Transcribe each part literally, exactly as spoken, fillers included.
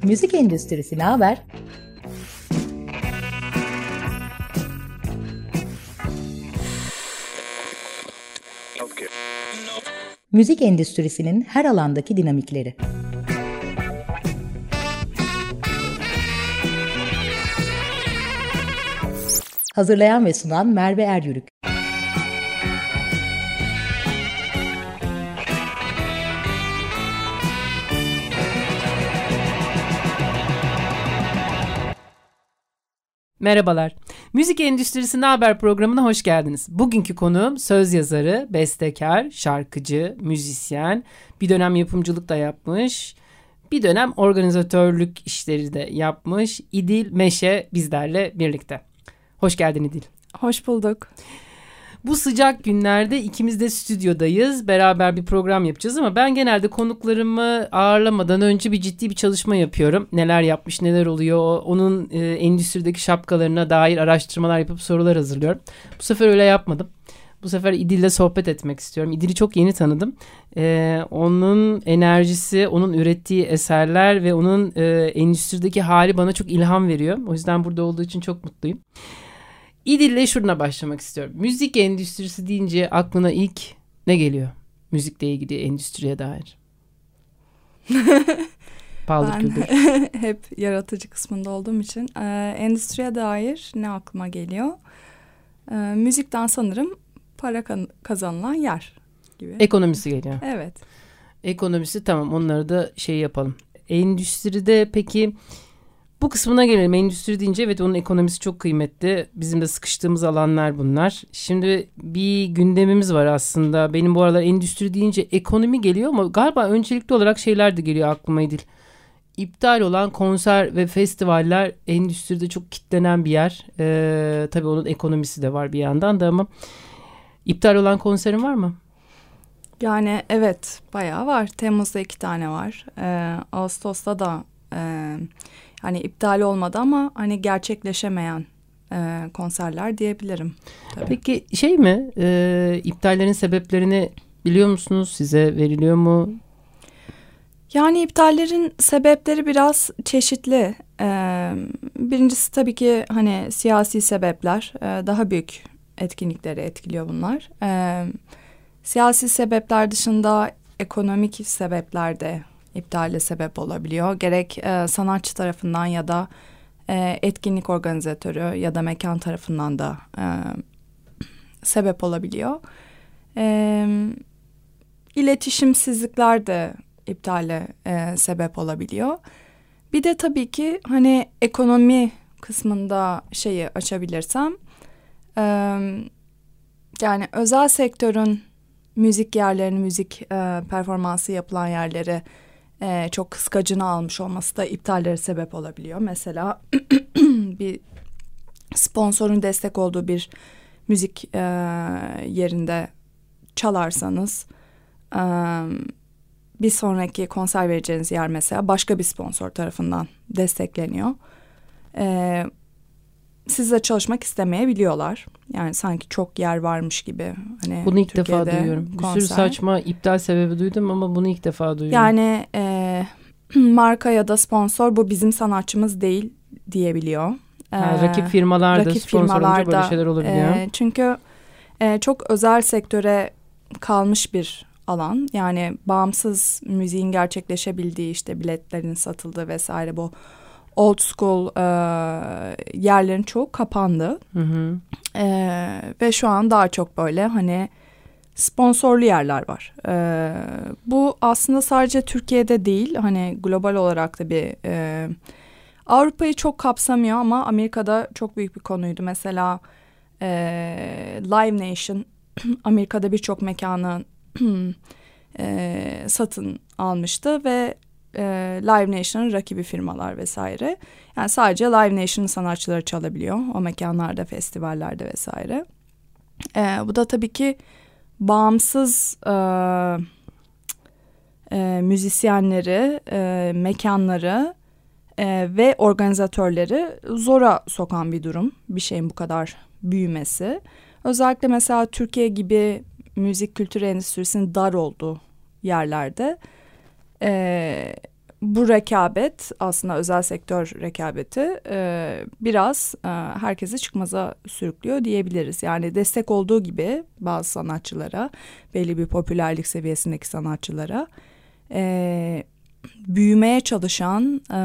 Müzik endüstrisi ne haber? Müzik endüstrisinin her alandaki dinamikleri. Hazırlayan ve sunan Merve Eryürük. Merhabalar. Müzik Endüstrisi Ne Haber programına hoş geldiniz. Bugünkü konuğum söz yazarı, bestekar, şarkıcı, müzisyen, bir dönem yapımcılık da yapmış, bir dönem organizatörlük işleri de yapmış İdil Meşe bizlerle birlikte. Hoş geldin İdil. Hoş bulduk. Bu sıcak günlerde ikimiz de stüdyodayız. Beraber bir program yapacağız ama ben genelde konuklarımı ağırlamadan önce bir ciddi bir çalışma yapıyorum. Neler yapmış, neler oluyor, onun e, endüstrideki şapkalarına dair araştırmalar yapıp sorular hazırlıyorum. Bu sefer öyle yapmadım. Bu sefer İdil'le sohbet etmek istiyorum. İdil'i çok yeni tanıdım. Ee, onun enerjisi, onun ürettiği eserler ve onun e, endüstrideki hali bana çok ilham veriyor. O yüzden burada olduğu için çok mutluyum. İdil'le şuruna başlamak istiyorum. Müzik endüstrisi deyince aklına ilk ne geliyor? Müzikle ilgili endüstriye dair. Pahalı ben kültür. hep yaratıcı kısmında olduğum için e, endüstriye dair ne aklıma geliyor? E, müzikten sanırım para kan- kazanılan yer gibi. Ekonomisi geliyor. Evet. Ekonomisi tamam, onları da şey yapalım. Endüstride peki... Bu kısmına gelelim. Endüstri deyince evet, onun ekonomisi çok kıymetli. Bizim de sıkıştığımız alanlar bunlar. Şimdi bir gündemimiz var aslında. Benim bu aralar endüstri deyince ekonomi geliyor ama galiba öncelikli olarak şeyler de geliyor aklıma İdil. İptal olan konser ve festivaller endüstride çok kitlenen bir yer. Ee, tabii onun ekonomisi de var bir yandan da ama iptal olan konserin var mı? Yani evet, bayağı var. Temmuz'da iki tane var. Ee, Ağustos'ta da e, hani iptal olmadı ama hani gerçekleşemeyen e, konserler diyebilirim. Tabii. Peki şey mi? E, iptallerin sebeplerini biliyor musunuz? Size veriliyor mu? Yani iptallerin sebepleri biraz çeşitli. Ee, birincisi tabii ki hani siyasi sebepler, ee, daha büyük etkinlikleri etkiliyor bunlar. Ee, siyasi sebepler dışında ekonomik sebepler de iptale sebep olabiliyor. Gerek e, sanatçı tarafından ya da e, etkinlik organizatörü ya da mekan tarafından da e, sebep olabiliyor. E, iletişimsizlikler de iptale e, sebep olabiliyor. Bir de tabii ki hani ekonomi kısmında şeyi açabilirsem, e, yani özel sektörün müzik yerlerini, müzik e, performansı yapılan yerleri e, çok kıskacına almış olması da iptallere sebep olabiliyor. Mesela bir sponsorun destek olduğu bir müzik e, yerinde çalarsanız, e, bir sonraki konser vereceğiniz yer mesela başka bir sponsor tarafından destekleniyor. Ee, sizle çalışmak istemeyebiliyorlar. Yani sanki çok yer varmış gibi. Hani bunu ilk Türkiye'de defa duyuyorum. konser. Bir sürü saçma iptal sebebi duydum ama bunu ilk defa duyuyorum. Yani e, marka ya da sponsor bu bizim sanatçımız değil diyebiliyor. Ee, ha, rakip firmalar da rakip sponsor olunca böyle şeyler olabiliyor. E, çünkü e, çok özel sektöre kalmış bir alan. Yani bağımsız müziğin gerçekleşebildiği, işte biletlerin satıldığı vesaire, bu old school e, yerlerin çoğu kapandı. Hı hı. E, ve şu an daha çok böyle hani sponsorlu yerler var. E, bu aslında sadece Türkiye'de değil, hani global olarak da bir e, Avrupa'yı çok kapsamıyor ama Amerika'da çok büyük bir konuydu. Mesela e, Live Nation Amerika'da birçok mekanı e, satın almıştı ve e, Live Nation'ın rakibi firmalar vesaire. Yani sadece Live Nation'ın sanatçıları çalabiliyor o mekanlarda, festivallerde vesaire. E, bu da tabii ki bağımsız e, e, müzisyenleri, e, mekanları e, ve organizatörleri zora sokan bir durum. Bir şeyin bu kadar büyümesi. Özellikle mesela Türkiye gibi müzik kültürü endüstrisinin dar olduğu yerlerde e, bu rekabet aslında özel sektör rekabeti e, biraz e, herkesi çıkmaza sürüklüyor diyebiliriz. Yani destek olduğu gibi bazı sanatçılara, belli bir popülerlik seviyesindeki sanatçılara e, büyümeye çalışan e,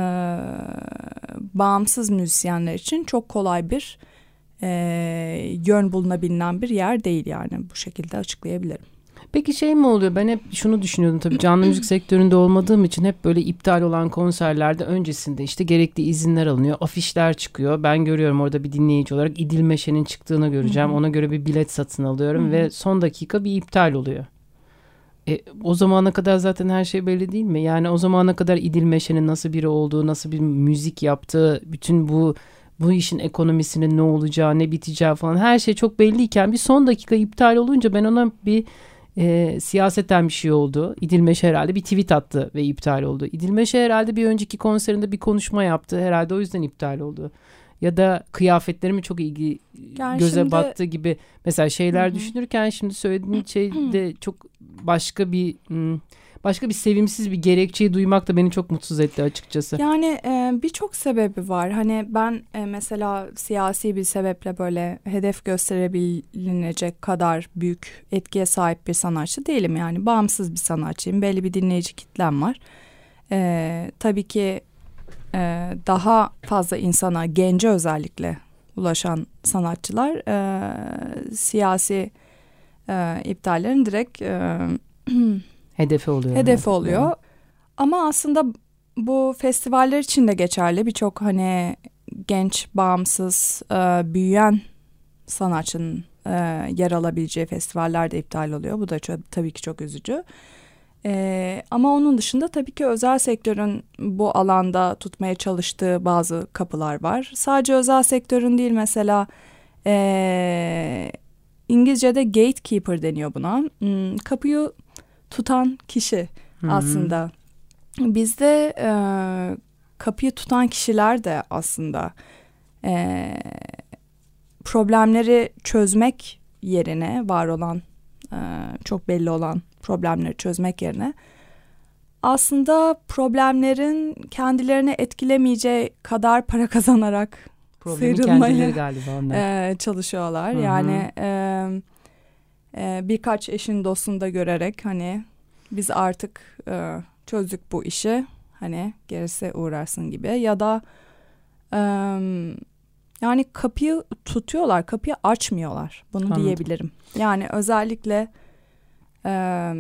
bağımsız müzisyenler için çok kolay bir e, yön bulunabilen bir yer değil, yani bu şekilde açıklayabilirim. Peki şey mi oluyor? Ben hep şunu düşünüyordum, tabii canlı müzik sektöründe olmadığım için hep böyle iptal olan konserlerde öncesinde işte gerekli izinler alınıyor, afişler çıkıyor. Ben görüyorum orada bir dinleyici olarak İdil Meşe'nin çıktığını göreceğim. Hı hı. Ona göre bir bilet satın alıyorum, hı hı, ve son dakika bir iptal oluyor. E, o zamana kadar zaten her şey belli değil mi? Yani o zamana kadar İdil Meşe'nin nasıl biri olduğu, nasıl bir müzik yaptığı, bütün bu bu işin ekonomisinin ne olacağı, ne biteceği falan her şey çok belliyken bir son dakika iptal olunca ben ona bir e, siyaseten bir şey oldu. İdil Meşe herhalde bir tweet attı ve iptal oldu. İdil Meşe herhalde bir önceki konserinde bir konuşma yaptı. Herhalde o yüzden iptal oldu. Ya da kıyafetlerimi çok ilgi yani göze şimdi battı gibi mesela şeyler, hı-hı, düşünürken şimdi söylediğin şey de çok başka bir başka bir sevimsiz bir gerekçeyi duymak da beni çok mutsuz etti açıkçası. Yani e, birçok sebebi var. Hani ben e, mesela siyasi bir sebeple böyle hedef gösterebilecek kadar büyük etkiye sahip bir sanatçı değilim. Yani bağımsız bir sanatçıyım. Belli bir dinleyici kitlem var. E, tabii ki e, daha fazla insana, gence özellikle ulaşan sanatçılar e, siyasi e, iptallerin direkt e, hedefi oluyor. Hedefi oluyor. Yani. Ama aslında bu festivaller için de geçerli. Birçok hani genç, bağımsız, e, büyüyen sanatçının e, yer alabileceği festivaller de iptal oluyor. Bu da çok, tabii ki çok üzücü. E, ama onun dışında tabii ki özel sektörün bu alanda tutmaya çalıştığı bazı kapılar var. Sadece özel sektörün değil, mesela e, İngilizce'de gatekeeper deniyor buna. Hmm, kapıyı tutan kişi, hı-hı, aslında. Bizde e, kapıyı tutan kişiler de aslında e, problemleri çözmek yerine, var olan e, çok belli olan problemleri çözmek yerine aslında problemlerin kendilerini etkilemeyeceği kadar para kazanarak sıyrılmaya galiba e, çalışıyorlar. Hı-hı. Yani e, e, birkaç eşin dostunu da görerek hani biz artık e, çözdük bu işi, hani gerisi uğrarsın gibi, ya da e, yani kapıyı tutuyorlar, kapıyı açmıyorlar, bunu Anladım. diyebilirim. Yani özellikle e,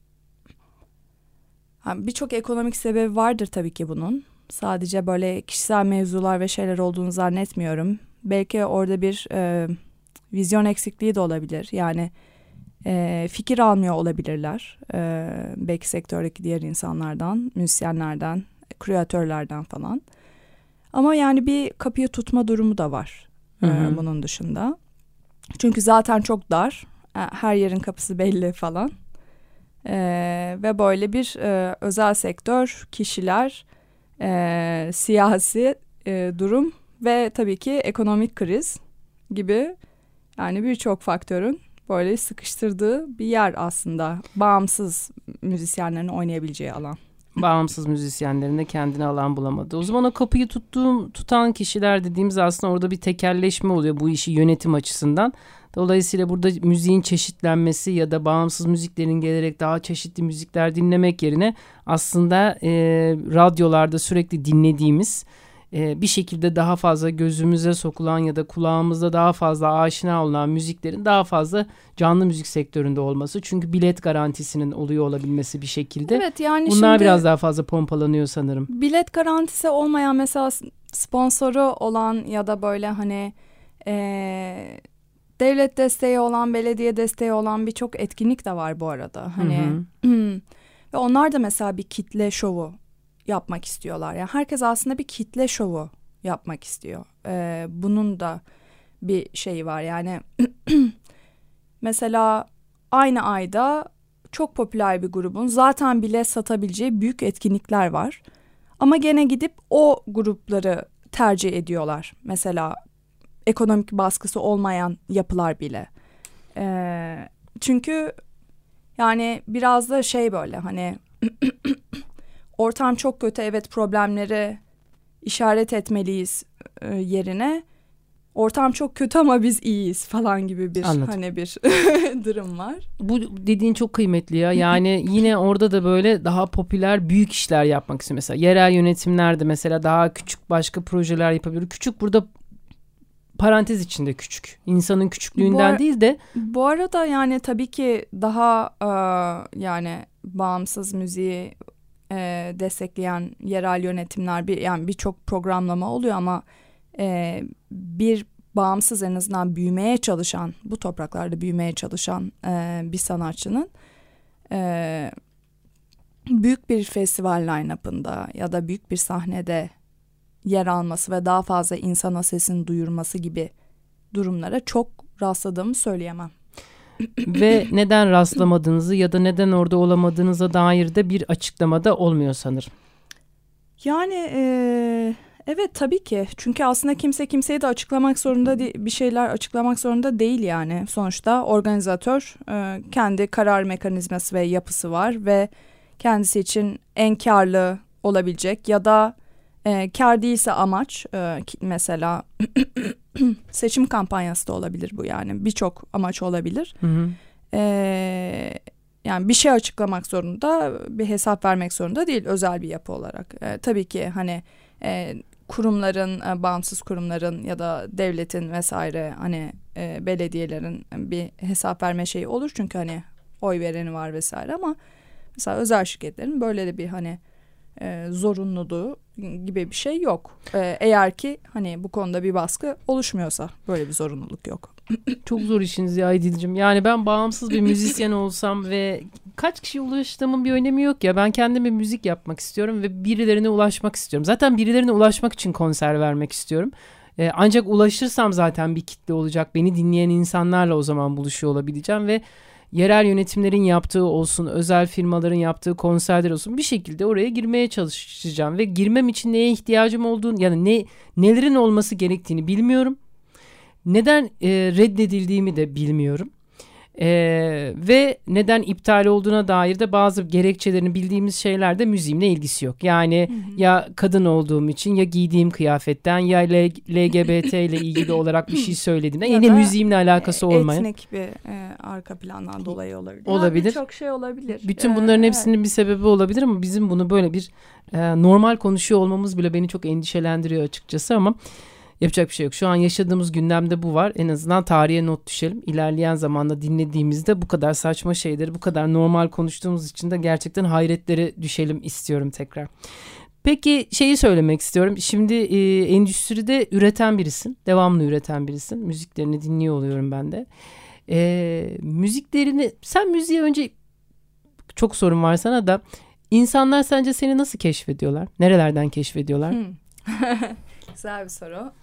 birçok ekonomik sebebi vardır tabii ki bunun. Sadece böyle kişisel mevzular ve şeyler olduğunu zannetmiyorum. Belki orada bir e, vizyon eksikliği de olabilir. Yani e, fikir almıyor olabilirler. E, belki sektördeki diğer insanlardan, müzisyenlerden, kreatörlerden falan. Ama yani bir kapıyı tutma durumu da var e, bunun dışında. Çünkü zaten çok dar. Her yerin kapısı belli falan. Ee, ve böyle bir e, özel sektör, kişiler, e, siyasi e, durum ve tabii ki ekonomik kriz gibi, yani birçok faktörün böyle sıkıştırdığı bir yer aslında bağımsız müzisyenlerin oynayabileceği alan. Bağımsız müzisyenlerin de kendine alan bulamadı. O zaman o kapıyı tuttuğum, tutan kişiler dediğimiz aslında orada bir tekelleşme oluyor bu işi yönetim açısından. Dolayısıyla burada müziğin çeşitlenmesi ya da bağımsız müziklerin gelerek daha çeşitli müzikler dinlemek yerine aslında e, radyolarda sürekli dinlediğimiz e, bir şekilde daha fazla gözümüze sokulan ya da kulağımızda daha fazla aşina olan müziklerin daha fazla canlı müzik sektöründe olması. Çünkü bilet garantisinin oluyor olabilmesi bir şekilde. Evet, yani bunlar şimdi biraz daha fazla pompalanıyor sanırım. Bilet garantisi olmayan, mesela sponsoru olan ya da böyle hani E, devlet desteği olan, belediye desteği olan birçok etkinlik de var bu arada. Hani hı hı. Ve onlar da mesela bir kitle şovu yapmak istiyorlar. Yani herkes aslında bir kitle şovu yapmak istiyor. Ee, bunun da bir şeyi var. Yani mesela aynı ayda çok popüler bir grubun zaten bilet satabileceği büyük etkinlikler var. Ama gene gidip o grupları tercih ediyorlar. Mesela ekonomik baskısı olmayan yapılar bile. Ee, çünkü yani biraz da şey böyle hani ortam çok kötü, evet problemleri işaret etmeliyiz e, yerine ortam çok kötü ama biz iyiyiz falan gibi bir Anladım. hani bir durum var. Bu dediğin çok kıymetli ya. Yani yine orada da böyle daha popüler büyük işler yapmak istiyor. Mesela yerel yönetimlerde mesela daha küçük başka projeler yapabilir. Küçük burada parantez içinde küçük. İnsanın küçüklüğünden Bu ar- değil de. Bu arada yani tabii ki daha e, yani bağımsız müziği e, destekleyen yerel yönetimler bir yani birçok programlama oluyor ama e, bir bağımsız en azından büyümeye çalışan bu topraklarda büyümeye çalışan e, bir sanatçının e, büyük bir festival line-up'ında ya da büyük bir sahnede yer alması ve daha fazla insana sesini duyurması gibi durumlara çok rastladığımı söyleyemem. Ve neden rastlamadığınızı ya da neden orada olamadığınıza dair de bir açıklamada olmuyor sanırım. Yani e, evet tabii ki. Çünkü aslında kimse kimseyi de açıklamak zorunda değil, bir şeyler açıklamak zorunda değil yani. Sonuçta organizatör e, kendi karar mekanizması ve yapısı var ve kendisi için en karlı olabilecek ya da e, kar değilse amaç e, mesela seçim kampanyası da olabilir bu yani. Birçok amaç olabilir. Hı hı. E, yani bir şey açıklamak zorunda, bir hesap vermek zorunda değil özel bir yapı olarak. E, tabii ki hani e, kurumların, e, bağımsız kurumların ya da devletin vesaire hani e, belediyelerin bir hesap verme şeyi olur. Çünkü hani oy vereni var vesaire ama mesela özel şirketlerin böyle de bir hani e, zorunluluğu gibi bir şey yok. E, eğer ki hani bu konuda bir baskı oluşmuyorsa böyle bir zorunluluk yok. Çok zor işiniz ya Edil'cim. Yani ben bağımsız bir müzisyen olsam ve kaç kişiye ulaştığımın bir önemi yok ya. Ben kendim bir müzik yapmak istiyorum ve birilerine ulaşmak istiyorum. Zaten birilerine ulaşmak için konser vermek istiyorum. Ee, ancak ulaşırsam zaten bir kitle olacak. Beni dinleyen insanlarla o zaman buluşuyor olabileceğim ve yerel yönetimlerin yaptığı olsun, özel firmaların yaptığı konserler olsun bir şekilde oraya girmeye çalışacağım ve girmem için neye ihtiyacım olduğunu yani ne nelerin olması gerektiğini bilmiyorum. Neden e, reddedildiğimi de bilmiyorum. E, ve neden iptal olduğuna dair de bazı gerekçelerini bildiğimiz şeylerde müziğimle ilgisi yok. Yani hı hı. ya kadın olduğum için ya giydiğim kıyafetten ya L G B T ile ilgili olarak bir şey söylediğimden yine müziğimle alakası olmayan. Etnik bir e, arka plandan dolayı olabilir. Olabilir. Yani çok şey olabilir. Bütün bunların ee, hepsinin evet. bir sebebi olabilir ama bizim bunu böyle bir e, normal konuşuyor olmamız bile beni çok endişelendiriyor açıkçası ama yapacak bir şey yok. Şu an yaşadığımız gündemde bu var. En azından tarihe not düşelim. İlerleyen zamanda dinlediğimizde bu kadar saçma şeyleri bu kadar normal konuştuğumuz için de gerçekten hayretlere düşelim istiyorum tekrar. Peki şeyi söylemek istiyorum. Şimdi e, endüstride üreten birisin. Devamlı üreten birisin. Müziklerini dinliyor oluyorum ben de. E, müziklerini sen müziğe önce çok sorun var sana da insanlar sence seni nasıl keşfediyorlar? Nerelerden keşfediyorlar? Hmm. Güzel bir soru.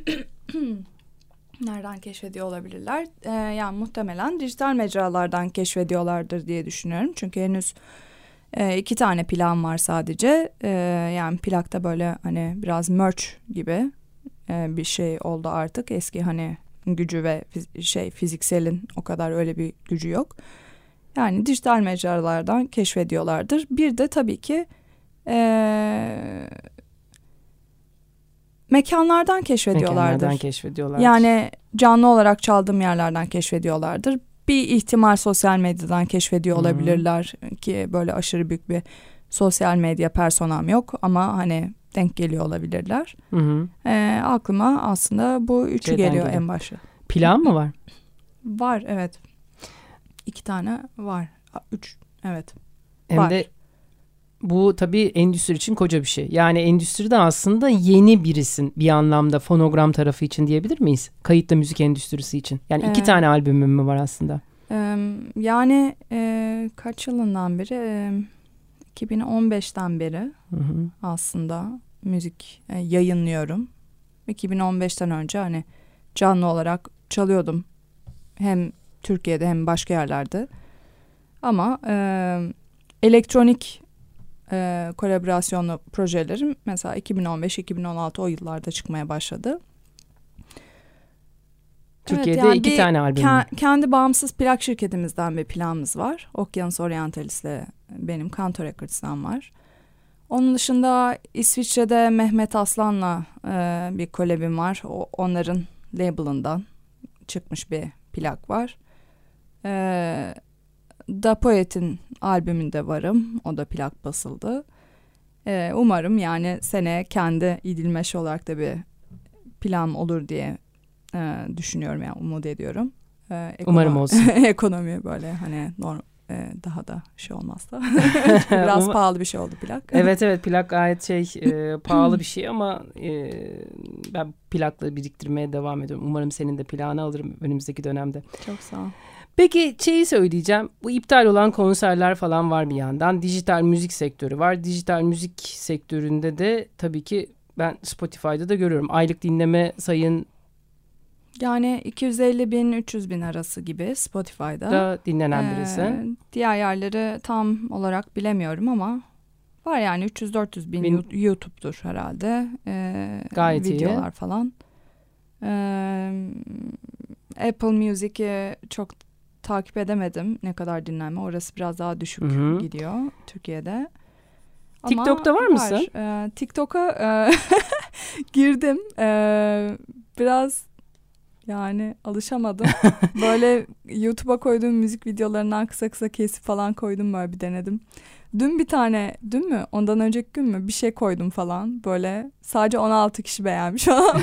Nereden keşfediyor olabilirler? Ee, yani muhtemelen dijital mecralardan keşfediyorlardır diye düşünüyorum. Çünkü henüz e, iki tane plan var sadece. E, yani plakta böyle hani biraz merch gibi e, bir şey oldu artık. Eski hani gücü ve fiz- şey fizikselin o kadar öyle bir gücü yok. Yani dijital mecralardan keşfediyorlardır. Bir de tabii ki Eee mekanlardan keşfediyorlardır. Mekanlardan keşfediyorlardır. Yani canlı olarak çaldığım yerlerden keşfediyorlardır. Bir ihtimal sosyal medyadan keşfediyor Hı-hı. olabilirler ki böyle aşırı büyük bir sosyal medya personam yok ama hani denk geliyor olabilirler. Ee, aklıma aslında bu üçü Şeyden geliyor geliyor. en başta. Plan mı var? Var evet. İki tane var. Üç evet. Hem var. de bu tabii endüstri için koca bir şey. Yani endüstride aslında yeni birisin bir anlamda fonogram tarafı için diyebilir miyiz? Kayıtlı müzik endüstrisi için. Yani iki evet. tane albümüm mü var aslında? Ee, yani e, kaç yılından beri? E, iki bin on beşten beri hı hı. aslında müzik e, yayınlıyorum. iki bin on beşten önce hani canlı olarak çalıyordum. Hem Türkiye'de hem başka yerlerde. Ama e, elektronik e, kolaborasyonlu projelerim mesela iki bin on beş iki bin on altı o yıllarda çıkmaya başladı. Türkiye'de evet, yani iki tane albüm. Ke- kendi bağımsız plak şirketimizden bir planımız var. Okyanus Orientalis'le benim Kanto Records'tan var. Onun dışında İsviçre'de Mehmet Aslan'la e, bir kolabim var. O, onların label'ından çıkmış bir plak var. E, Da Poet'in albümünde varım. O da plak basıldı. E, umarım yani seneye kendi İdilmeş olarak da bir plan olur diye e, düşünüyorum, yani umut ediyorum. E, ekonomi, Umarım olsun. Ekonomi böyle hani normal. Ee, daha da şey olmazsa. Biraz pahalı bir şey oldu plak. Evet evet, plak gayet şey e, pahalı bir şey ama e, ben plakla biriktirmeye devam ediyorum. Umarım senin de plağını alırım önümüzdeki dönemde. Çok sağ ol. Peki şeyi söyleyeceğim. Bu iptal olan konserler falan var bir yandan. Dijital müzik sektörü var. Dijital müzik sektöründe de tabii ki ben Spotify'da da görüyorum. Aylık dinleme sayın yani iki yüz elli bin üç yüz bin arası gibi Spotify'da. Da dinlenen birisi. Ee, diğer yerleri tam olarak bilemiyorum ama var yani üç yüz dört yüz bin, bin... YouTube'dur herhalde. Ee, Gayet videolar iyi. falan. Ee, Apple Music'i çok takip edemedim. Ne kadar dinlenme. Orası biraz daha düşük Hı-hı. gidiyor Türkiye'de. TikTok'ta ama var mısın? Var. Ee, TikTok'a e, girdim. Ee, biraz yani alışamadım. Böyle YouTube'a koyduğum müzik videolarından kısa kısa kesip falan koydum, böyle bir denedim. Dün bir tane, dün mü? Ondan önceki gün mü? Bir şey koydum falan. Böyle sadece on altı kişi beğenmiş falan.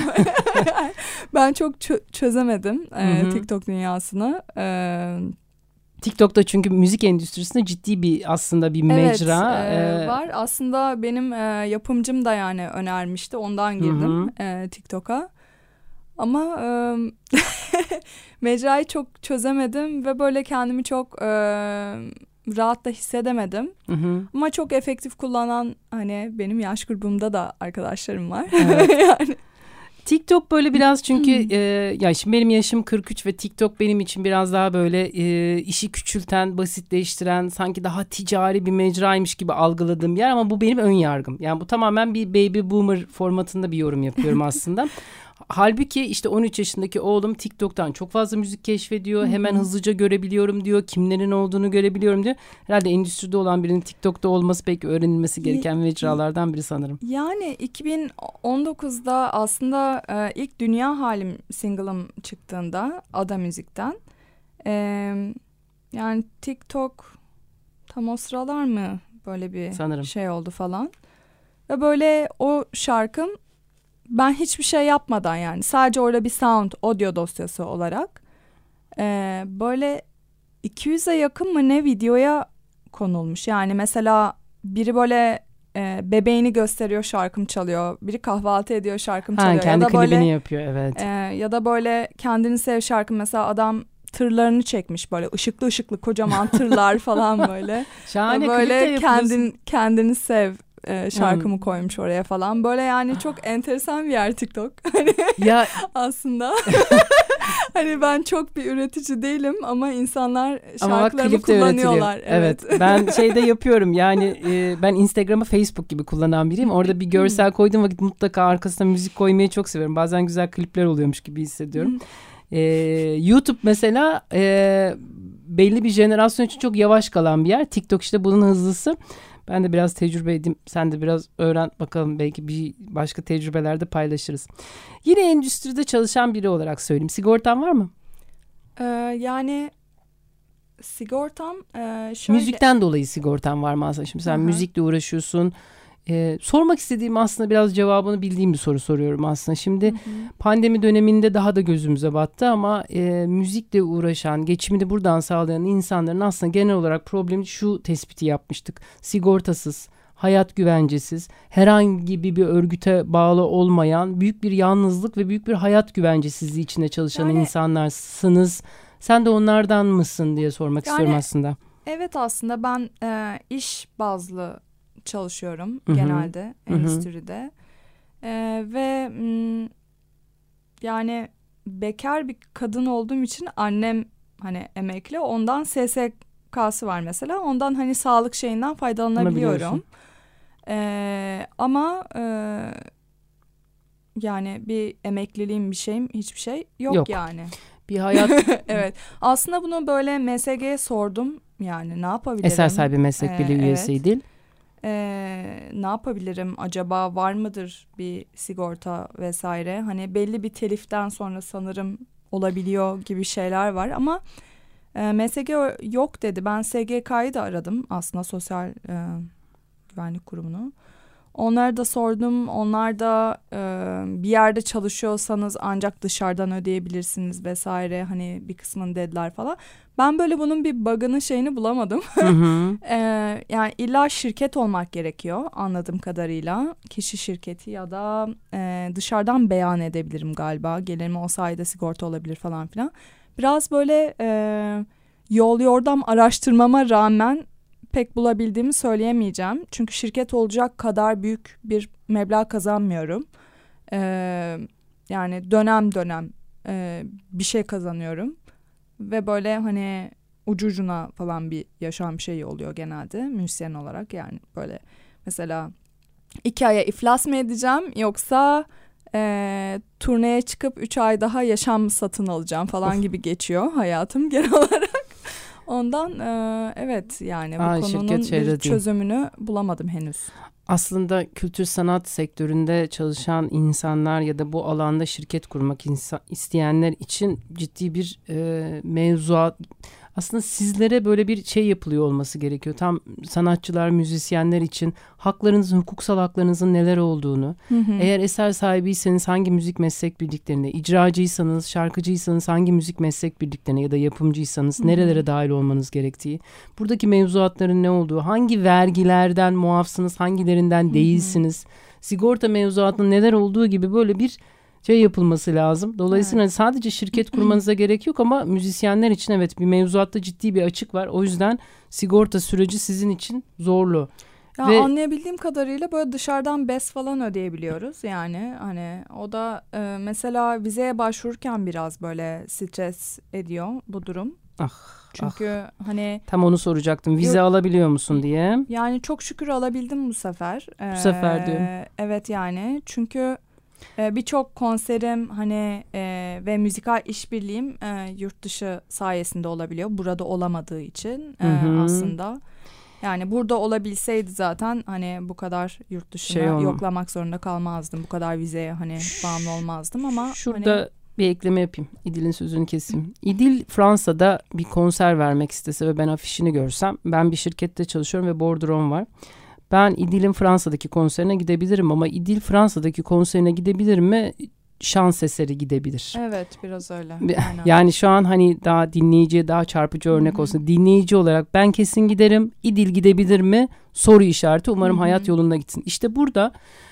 Ben çok çö- çözemedim e, TikTok dünyasını. Ee, TikTok'ta çünkü müzik endüstrisinde ciddi bir aslında bir mecra. Evet e, var. Aslında benim e, yapımcım da yani önermişti. Ondan girdim e, TikTok'a. Ama e, mecrayı çok çözemedim ve böyle kendimi çok e, rahat da hissedemedim. Hı hı. Ama çok efektif kullanan hani benim yaş grubumda da arkadaşlarım var. Evet. Yani. TikTok böyle biraz çünkü e, ya şimdi benim yaşım kırk üç ve TikTok benim için biraz daha böyle e, işi küçülten, basitleştiren, sanki daha ticari bir mecraymış gibi algıladığım yer, ama bu benim ön yargım. Yani bu tamamen bir baby boomer formatında bir yorum yapıyorum aslında. Halbuki işte on üç yaşındaki oğlum TikTok'tan çok fazla müzik keşfediyor. Hemen hızlıca görebiliyorum diyor. Kimlerin olduğunu görebiliyorum diyor. Herhalde endüstride olan birinin TikTok'ta olması pek öğrenilmesi gereken mecralardan biri sanırım. Yani iki bin on dokuzda aslında e, ilk Dünya Halim single'ım çıktığında Ada Müzik'ten. E, yani TikTok tam o sıralar mı böyle bir sanırım şey oldu falan. Ve böyle o şarkım ben hiçbir şey yapmadan, yani sadece orada bir sound, audio dosyası olarak e, böyle iki yüze yakın mı ne videoya konulmuş. Yani mesela biri böyle e, bebeğini gösteriyor, şarkım çalıyor. Biri kahvaltı ediyor, şarkım çalıyor. Ha, kendi ya da klibini böyle, yapıyor, evet. E, ya da böyle kendini sev şarkım, mesela adam tırlarını çekmiş, böyle ışıklı ışıklı kocaman tırlar falan böyle. Şahane, böyle kendin, kendini sev e, şarkımı hmm. koymuş oraya falan. Böyle yani çok enteresan bir yer TikTok. Hani ya aslında hani ben çok bir üretici değilim ama insanlar şarkılarımı kullanıyorlar. Evet. evet. Ben şeyde yapıyorum. Yani e, ben Instagram'ı Facebook gibi kullanan biriyim. Orada bir görsel koyduğum vakit mutlaka arkasına müzik koymayı çok seviyorum. Bazen güzel klipler oluyormuş gibi hissediyorum. Ee, YouTube mesela e, belli bir jenerasyon için çok yavaş kalan bir yer. TikTok işte bunun hızlısı. Ben de biraz tecrübe edeyim. Sen de biraz öğren bakalım. Belki bir başka tecrübelerde paylaşırız. Yine endüstride çalışan biri olarak söyleyeyim. Sigortan var mı? Ee, yani sigortam e, şöyle. Müzikten dolayı sigortan var mı aslında? Şimdi sen Hı-hı. müzikle uğraşıyorsun. Ee, sormak istediğim aslında biraz cevabını bildiğim bir soru soruyorum aslında. Şimdi Hı-hı. pandemi döneminde daha da gözümüze battı ama e, müzikle uğraşan, geçimini buradan sağlayan insanların aslında genel olarak problemi şu tespiti yapmıştık. Sigortasız, hayat güvencesiz, herhangi bir örgüte bağlı olmayan büyük bir yalnızlık ve büyük bir hayat güvencesizliği içinde çalışan yani, insanlarsınız. Sen de onlardan mısın diye sormak yani, istiyorum aslında. Evet, aslında ben e, iş bazlı çalışıyorum Hı-hı. genelde endüstride ee, ve m, yani bekar bir kadın olduğum için annem hani emekli, ondan S S K'sı var mesela, ondan hani sağlık şeyinden faydalanabiliyorum ee, ama e, yani bir emekliliğim bir şeyim hiçbir şey yok, yok. yani bir hayat. Evet, aslında bunu böyle M S G'ye sordum, yani ne yapabilirim? Eser sahibi meslek birliği ee, üyesi evet. değil. e, ne yapabilirim acaba, var mıdır bir sigorta vesaire, hani belli bir teliften sonra sanırım olabiliyor gibi şeyler var ama e, M S G yok dedi. Ben S G K'yı da aradım aslında, Sosyal e, Güvenlik Kurumu'nu. Onlara da sordum. Onlar da e, bir yerde çalışıyorsanız ancak dışarıdan ödeyebilirsiniz vesaire. Hani bir kısmını dediler falan. Ben böyle bunun bir bug'ını şeyini bulamadım. Hı hı. e, yani illa şirket olmak gerekiyor anladığım kadarıyla. Kişi şirketi ya da e, dışarıdan beyan edebilirim galiba. Gelirimi o sayede sigorta olabilir falan filan. Biraz böyle e, yol yordam araştırmama rağmen pek bulabildiğimi söyleyemeyeceğim. Çünkü şirket olacak kadar büyük bir meblağ kazanmıyorum. Ee, yani dönem dönem e, bir şey kazanıyorum. Ve böyle hani ucu ucuna falan bir yaşam şeyi oluyor genelde müzisyen olarak. Yani böyle mesela iki aya iflas mı edeceğim yoksa e, turneye çıkıp üç ay daha yaşam satın alacağım falan gibi geçiyor hayatım genel olarak. Ondan e, evet yani bu Aa, konunun bir çözümünü bulamadım henüz. Aslında kültür sanat sektöründe çalışan insanlar ya da bu alanda şirket kurmak insan, isteyenler için ciddi bir e, mevzuat. Aslında sizlere böyle bir şey yapılıyor olması gerekiyor. Tam sanatçılar, müzisyenler için haklarınızın, hukuksal haklarınızın neler olduğunu. Hı hı. Eğer eser sahibiyseniz hangi müzik meslek birliklerine, icracıysanız, şarkıcıysanız hangi müzik meslek birliklerine ya da yapımcıysanız hı hı. nerelere dahil olmanız gerektiği. Buradaki mevzuatların ne olduğu, hangi vergilerden muafsınız, hangilerinden değilsiniz. Hı hı. Sigorta mevzuatının neler olduğu gibi böyle bir şey yapılması lazım. Dolayısıyla evet. sadece şirket kurmanıza gerek yok ama müzisyenler için evet bir mevzuatta ciddi bir açık var. O yüzden sigorta süreci sizin için zorlu. Ya Ve... anlayabildiğim kadarıyla böyle dışarıdan B E S falan ödeyebiliyoruz. Yani hani o da e, mesela vizeye başvururken biraz böyle stres ediyor bu durum. Ah. Çünkü ah. hani tam onu soracaktım. Vize yok, alabiliyor musun diye. Yani çok şükür alabildim bu sefer. Bu ee, sefer diyorum. Evet yani çünkü Ee, birçok konserim hani e, ve müzikal işbirliğim e, yurt dışı sayesinde olabiliyor. Burada olamadığı için e, aslında. Yani burada olabilseydi zaten hani bu kadar yurt dışına şey yoklamak zorunda kalmazdım. Bu kadar vizeye hani bağımlı olmazdım ama. Şurada hani... bir ekleme yapayım. İdil'in sözünü keseyim. İdil Fransa'da bir konser vermek istese ve ben afişini görsem, ben bir şirkette çalışıyorum ve bordrom var. Ben İdil'in Fransa'daki konserine gidebilirim ama İdil Fransa'daki konserine gidebilir mi? Şans eseri gidebilir. Evet, biraz öyle. Aynen. Yani şu an hani daha dinleyiciye daha çarpıcı örnek Hı-hı. olsun. Dinleyici olarak ben kesin giderim. İdil gidebilir mi? Soru işareti. Umarım Hı-hı. hayat yolunda gitsin. İşte burada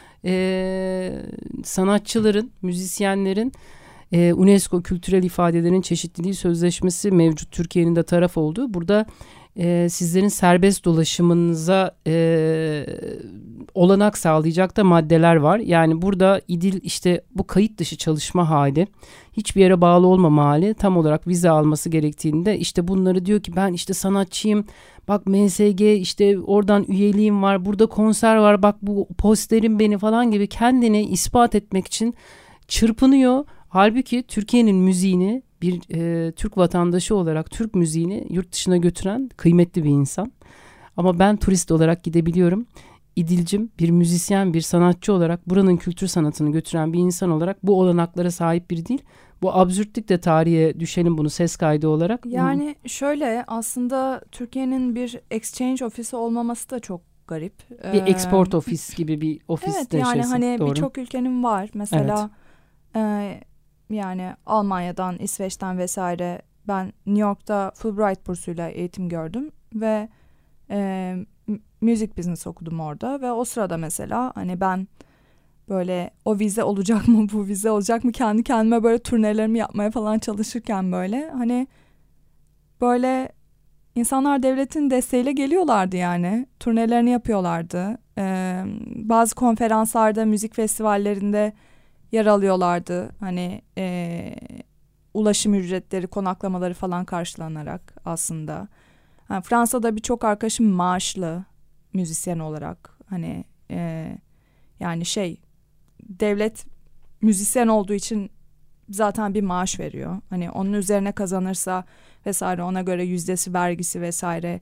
e, sanatçıların, müzisyenlerin e, UNESCO Kültürel İfadelerin Çeşitliliği Sözleşmesi mevcut, Türkiye'nin de taraf olduğu. Burada Ee, sizlerin serbest dolaşımınıza e, olanak sağlayacak da maddeler var. Yani burada İdil işte bu kayıt dışı çalışma hali, hiçbir yere bağlı olmama hali, tam olarak vize alması gerektiğinde işte bunları diyor ki ben işte sanatçıyım, bak M S G işte oradan üyeliğim var, burada konser var, bak bu posterim beni falan gibi kendini ispat etmek için çırpınıyor. Halbuki Türkiye'nin müziğini bir e, Türk vatandaşı olarak Türk müziğini yurt dışına götüren kıymetli bir insan. Ama ben turist olarak gidebiliyorum. İdil'cim bir müzisyen, bir sanatçı olarak buranın kültür sanatını götüren bir insan olarak bu olanaklara sahip biri değil. Bu absürtlük de tarihe düşelim bunu ses kaydı olarak. Yani şöyle aslında Türkiye'nin bir exchange ofisi olmaması da çok garip. Bir ee, export ofis gibi bir ofis evet, de yani şeysin, hani doğru. Birçok ülkenin var. Mesela evet. e, yani Almanya'dan, İsveç'ten vesaire ben New York'ta Fulbright bursuyla eğitim gördüm ve e, müzik business okudum orada ve o sırada mesela hani ben böyle o vize olacak mı, bu vize olacak mı, kendi kendime böyle turnelerimi yapmaya falan çalışırken böyle hani böyle insanlar devletin desteğiyle geliyorlardı yani, turnelerini yapıyorlardı. Ee, bazı konferanslarda, müzik festivallerinde yer alıyorlardı. Hani e, ulaşım ücretleri, konaklamaları falan karşılanarak aslında. Yani Fransa'da birçok arkadaşım maaşlı müzisyen olarak. Hani e, yani şey devlet müzisyen olduğu için zaten bir maaş veriyor. Hani onun üzerine kazanırsa vesaire ona göre yüzdesi, vergisi vesaire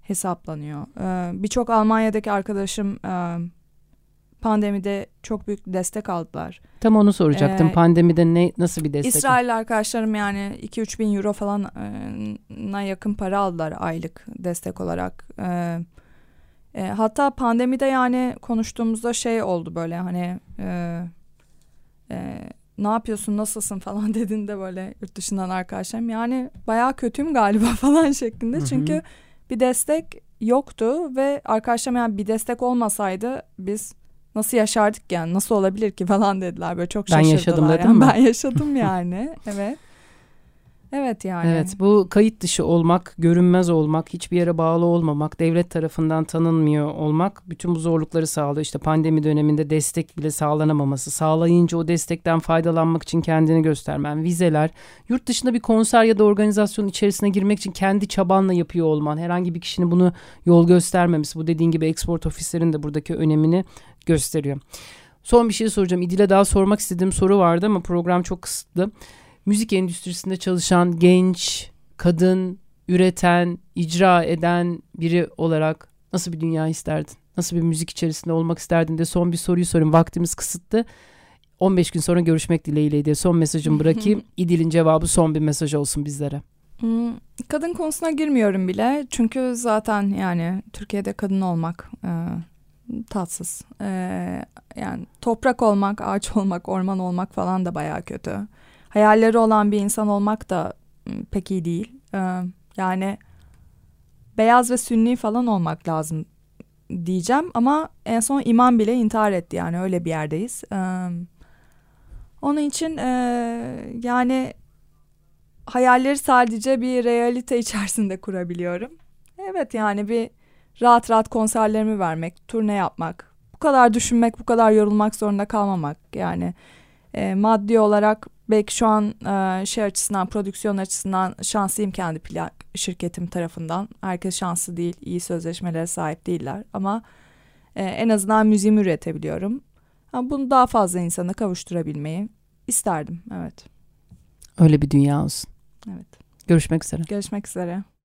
hesaplanıyor. Ee, Birçok Almanya'daki arkadaşım e, pandemide çok büyük destek aldılar. Tam onu soracaktım. Ee, Pandemide ne nasıl bir destek? İsrail arkadaşlarım yani iki üç bin euro falan e, yakın para aldılar aylık destek olarak. E, e, hatta pandemide yani konuştuğumuzda şey oldu böyle hani e, e, ne yapıyorsun, nasılsın falan dediğinde böyle yurt dışından arkadaşlarım yani bayağı kötüyüm galiba falan şeklinde. Hı hı. Çünkü bir destek yoktu ve arkadaşlarım yani bir destek olmasaydı biz nasıl yaşardık yani, nasıl olabilir ki falan dediler, böyle çok şaşırdılar. Ben yaşadım dedim mi? Ben yaşadım yani evet. Evet yani. Evet, bu kayıt dışı olmak, görünmez olmak, hiçbir yere bağlı olmamak, devlet tarafından tanınmıyor olmak bütün bu zorlukları sağlıyor. İşte pandemi döneminde destek bile sağlanamaması, sağlayınca o destekten faydalanmak için kendini göstermen, vizeler, yurt dışında bir konser ya da organizasyonun içerisine girmek için kendi çabanla yapıyor olman, herhangi bir kişinin bunu yol göstermemesi, bu dediğin gibi export ofislerin de buradaki önemini gösteriyor. Son bir şey soracağım. İdil'e daha sormak istediğim soru vardı ama program çok kısıtlı. Müzik endüstrisinde çalışan genç, kadın, üreten, icra eden biri olarak nasıl bir dünya isterdin? Nasıl bir müzik içerisinde olmak isterdin de son bir soruyu sorayım. Vaktimiz kısıtlı. on beş gün sonra görüşmek dileğiyle diye son mesajımı bırakayım. İdil'in cevabı son bir mesaj olsun bizlere. Kadın konusuna girmiyorum bile. Çünkü zaten yani Türkiye'de kadın olmak e, tatsız. E, yani toprak olmak, ağaç olmak, orman olmak falan da bayağı kötü. Hayalleri olan bir insan olmak da pek iyi değil. Ee, yani beyaz ve sünni falan olmak lazım diyeceğim. Ama en son imam bile intihar etti, yani öyle bir yerdeyiz. Ee, onun için e, yani hayalleri sadece bir realite içerisinde kurabiliyorum. Evet yani bir rahat rahat konserlerimi vermek, turne yapmak. Bu kadar düşünmek, bu kadar yorulmak zorunda kalmamak. Yani e, maddi olarak belki şu an e, şey açısından, prodüksiyon açısından şanslıyım kendi plak şirketim tarafından. Herkes şanslı değil, iyi sözleşmelere sahip değiller. Ama e, en azından müziğimi üretebiliyorum. Ama bunu daha fazla insana kavuşturabilmeyi isterdim, evet. Öyle bir dünya olsun. Evet. Görüşmek üzere. Görüşmek üzere.